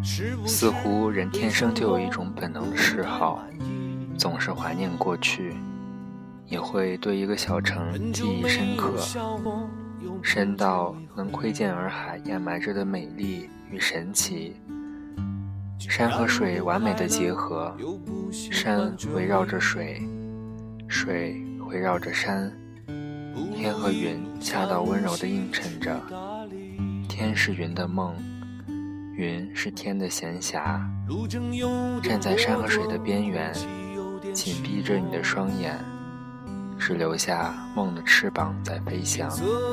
似乎人天生就有一种本能的嗜好，总是怀念过去，也会对一个小城记忆深刻，深到能窥见洱海掩埋着的美丽与神奇。山和水完美的结合，山围绕着水，水围绕着山，天和云恰到温柔地映衬着。天是云的梦，云是天的闲暇。站在山和水的边缘，紧闭着你的双眼，只留下梦的翅膀在飞翔。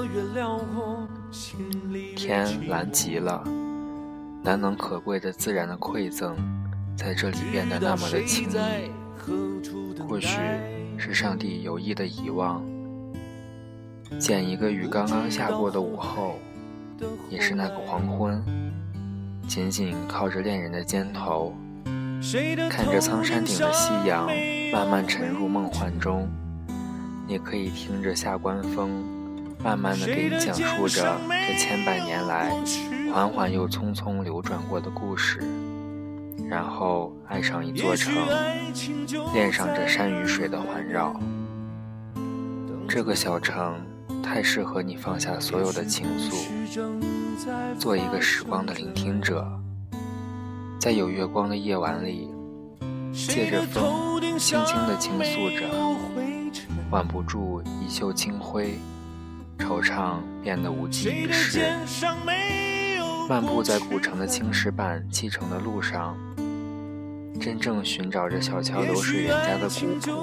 天蓝极了，难能可贵的自然的馈赠在这里变得那么的轻易，或许是上帝有意的遗忘。捡一个雨刚刚下过的午后，也是那个黄昏，紧紧靠着恋人的肩头，看着苍山顶的夕阳慢慢沉入梦幻中，也可以听着下关风慢慢地给你讲述着这千百年来缓缓又匆匆流转过的故事，然后爱上一座城，恋上这山与水的环绕。这个小城太适合你放下所有的倾诉，做一个时光的聆听者，在有月光的夜晚里，借着风轻轻地倾诉着，挽不住一袖清辉，惆怅变得无济于事。漫步在古城的青石板砌成的路上，真正寻找着小桥流水人家的古朴。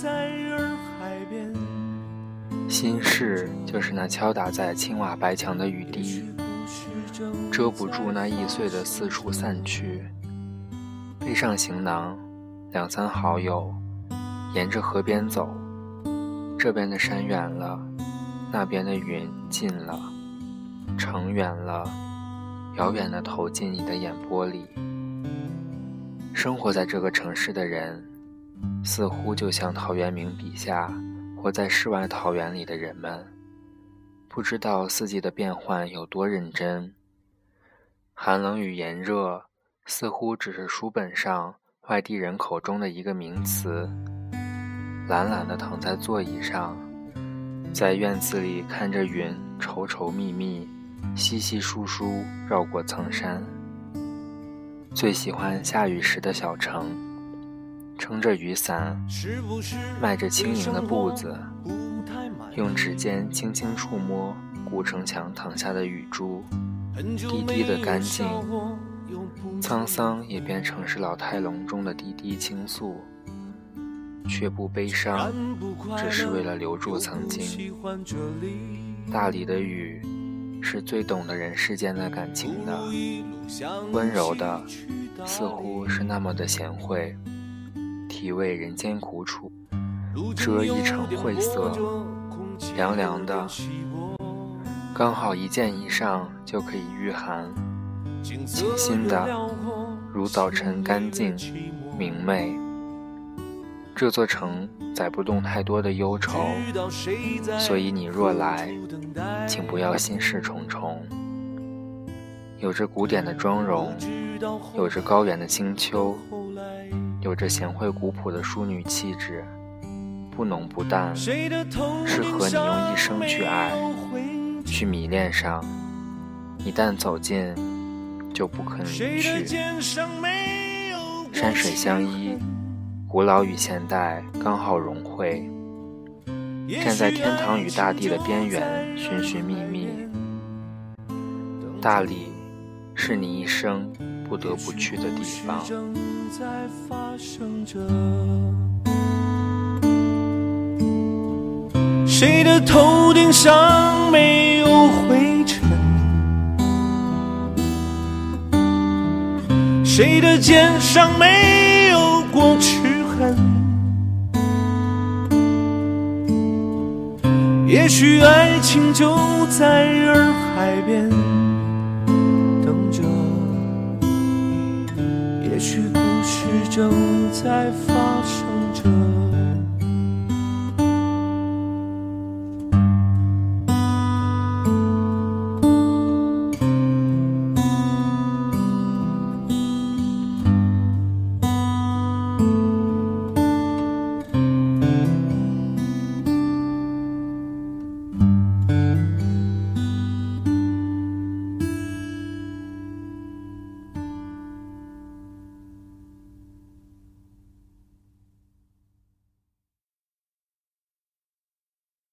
心事就是那敲打在青瓦白墙的雨滴，遮不住那易碎的四处散去。背上行囊，两三好友沿着河边走，这边的山远了，那边的云近了，城远了，遥远地投进你的眼波里。生活在这个城市的人，似乎就像陶渊明笔下活在世外桃源里的人们，不知道四季的变换有多认真。寒冷与炎热似乎只是书本上外地人口中的一个名词。懒懒地躺在座椅上，在院子里看着云稠稠密密，稀稀疏疏绕过苍山。最喜欢下雨时的小城，撑着雨伞，迈着轻盈的步子，用指尖轻轻触摸古城墙躺下的雨珠，滴滴的干净。沧桑也变成是老态龙钟的滴滴倾诉，却不悲伤，只是为了留住曾经。大理的雨是最懂得人世间的感情的，温柔的，似乎是那么的贤惠，体味人间苦楚，遮一城晦涩，凉凉的，刚好一件衣裳就可以御寒，清新的，如早晨干净明媚。这座城载不动太多的忧愁，所以你若来，请不要心事重重。有着古典的妆容，有着高原的清秋，有着贤惠古朴的淑女气质，不浓不淡，适合你用一生去爱，去迷恋上。一旦走近，就不可离去。山水相依，古老与现代刚好融汇，站在天堂与大地的边缘寻寻觅觅。大理是你一生不得不去的地方。 谁的头顶上没有灰尘，谁的肩上没有过齿痕，也许爱情就在洱海边等着，也许故事正在发生着。